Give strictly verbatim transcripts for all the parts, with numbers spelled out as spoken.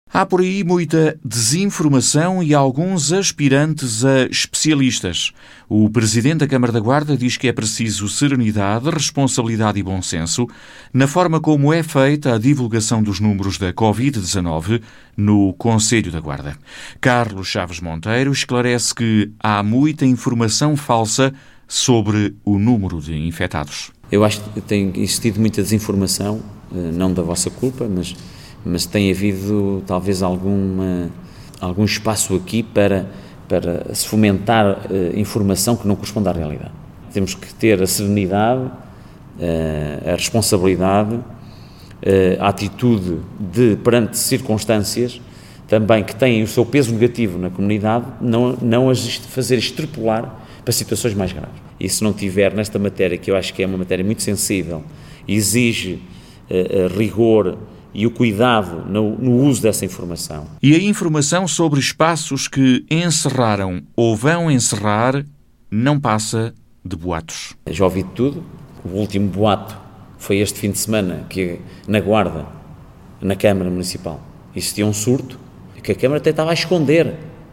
Há por aí muita desinformação e alguns aspirantes a especialistas. O Presidente da Câmara da Guarda diz que é preciso serenidade, responsabilidade e bom senso na forma como é feita a divulgação dos números da covid dezanove no Conselho da Guarda. Carlos Chaves Monteiro esclarece que há muita informação falsa sobre o número de infectados. Eu acho que tem existido muita desinformação, não da vossa culpa, mas... mas tem havido talvez alguma, algum espaço aqui para, para se fomentar uh, informação que não corresponde à realidade. Temos que ter a serenidade, uh, a responsabilidade, uh, a atitude de, perante circunstâncias também que têm o seu peso negativo na comunidade, não, não as fazer extrapolar para situações mais graves. E se não tiver nesta matéria, que eu acho que é uma matéria muito sensível, exige uh, uh, rigor e o cuidado no, no uso dessa informação. E a informação sobre espaços que encerraram ou vão encerrar não passa de boatos. Já ouvi de tudo. O último boato foi este fim de semana, que na Guarda, na Câmara Municipal, existia um surto, que a Câmara até estava a esconder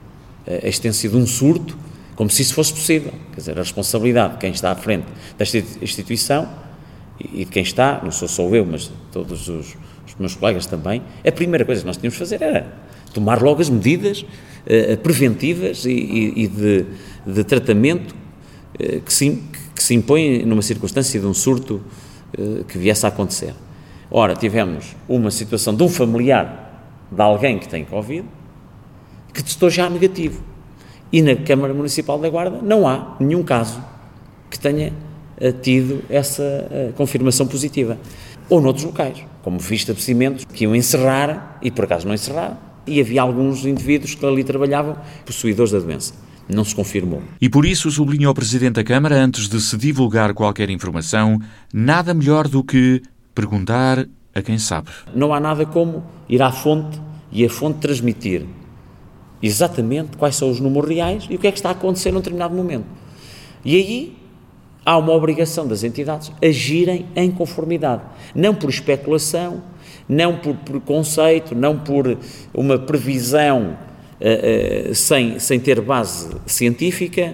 a extensão de um surto, como se isso fosse possível. Quer dizer, a responsabilidade de quem está à frente desta instituição e de quem está, não sou só eu, mas todos os os meus colegas também, a primeira coisa que nós tínhamos de fazer era tomar logo as medidas uh, preventivas e, e, e de, de tratamento uh, que, se, que se impõem numa circunstância de um surto uh, que viesse a acontecer. Ora, tivemos uma situação de um familiar de alguém que tem Covid que testou já negativo e na Câmara Municipal da Guarda não há nenhum caso que tenha uh, tido essa uh, confirmação positiva. Ou noutros locais, como vi estabelecimentos que iam encerrar e por acaso não encerraram, e havia alguns indivíduos que ali trabalhavam possuidores da doença. Não se confirmou. E por isso, sublinha o Presidente da Câmara, antes de se divulgar qualquer informação, nada melhor do que perguntar a quem sabe. Não há nada como ir à fonte e a fonte transmitir exatamente quais são os números reais e o que é que está a acontecer num determinado momento. E aí há uma obrigação das entidades agirem em conformidade, não por especulação, não por preconceito, não por uma previsão uh, uh, sem, sem ter base científica,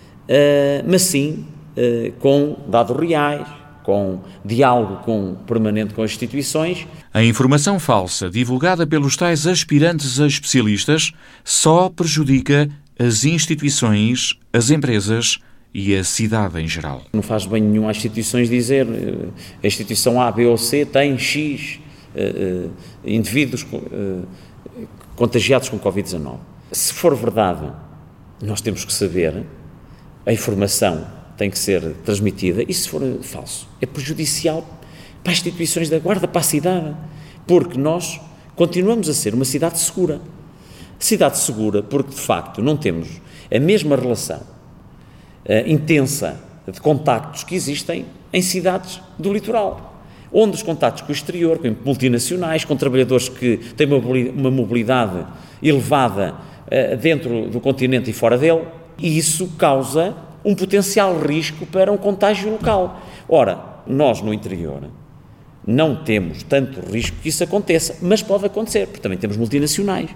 uh, mas sim uh, com dados reais, com diálogo com, permanente com as instituições. A informação falsa divulgada pelos tais aspirantes a especialistas só prejudica as instituições, as empresas e a cidade em geral. Não faz bem nenhum às instituições dizer a instituição A, B ou C tem X uh, uh, indivíduos uh, contagiados com covid dezanove. Se for verdade, nós temos que saber, a informação tem que ser transmitida, e se for falso, é prejudicial para as instituições da Guarda, para a cidade, porque nós continuamos a ser uma cidade segura. Cidade segura porque, de facto, não temos a mesma relação Uh, intensa de contactos que existem em cidades do litoral, onde os contactos com o exterior, com multinacionais, com trabalhadores que têm uma mobilidade elevada uh, dentro do continente e fora dele, e isso causa um potencial risco para um contágio local. Ora, nós no interior não temos tanto risco que isso aconteça, mas pode acontecer, porque também temos multinacionais.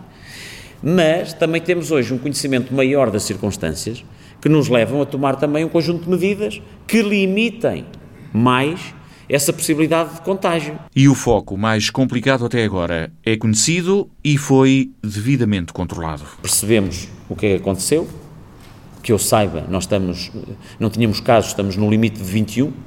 Mas também temos hoje um conhecimento maior das circunstâncias que nos levam a tomar também um conjunto de medidas que limitem mais essa possibilidade de contágio. E o foco mais complicado até agora é conhecido e foi devidamente controlado. Percebemos o que aconteceu, que eu saiba, nós estamos, não tínhamos casos, estamos no limite de vinte e um,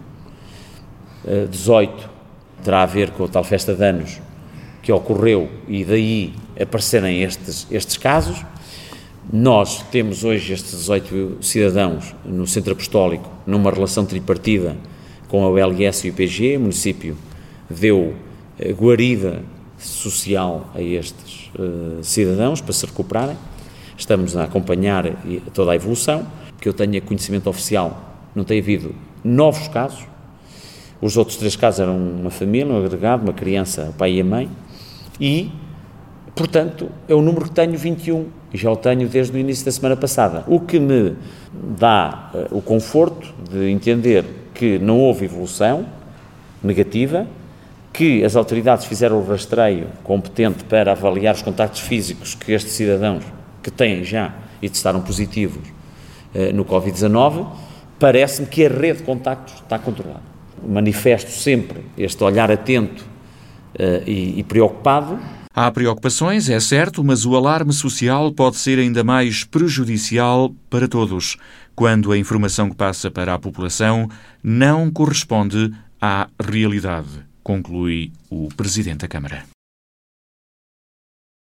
dezoito terá a ver com a tal festa de anos que ocorreu e daí aparecerem estes, estes casos. Nós temos hoje estes dezoito cidadãos no Centro Apostólico numa relação tripartida com a U L S e o I P G. O município deu guarida social a estes uh, cidadãos para se recuperarem. Estamos a acompanhar toda a evolução, que eu tenha conhecimento oficial, não tem havido novos casos. Os outros três casos eram uma família, um agregado, uma criança, o pai e a mãe, e, portanto, é o número que tenho, vinte e um, e já o tenho desde o início da semana passada, o que me dá uh, o conforto de entender que não houve evolução negativa que as autoridades fizeram o rastreio competente para avaliar os contactos físicos que estes cidadãos que têm já e testaram positivos eh, no covid dezanove, parece-me que a rede de contactos está controlada. Manifesto sempre este olhar atento eh, e, e preocupado. Há preocupações, é certo, mas o alarme social pode ser ainda mais prejudicial para todos, quando a informação que passa para a população não corresponde à realidade, conclui o Presidente da Câmara.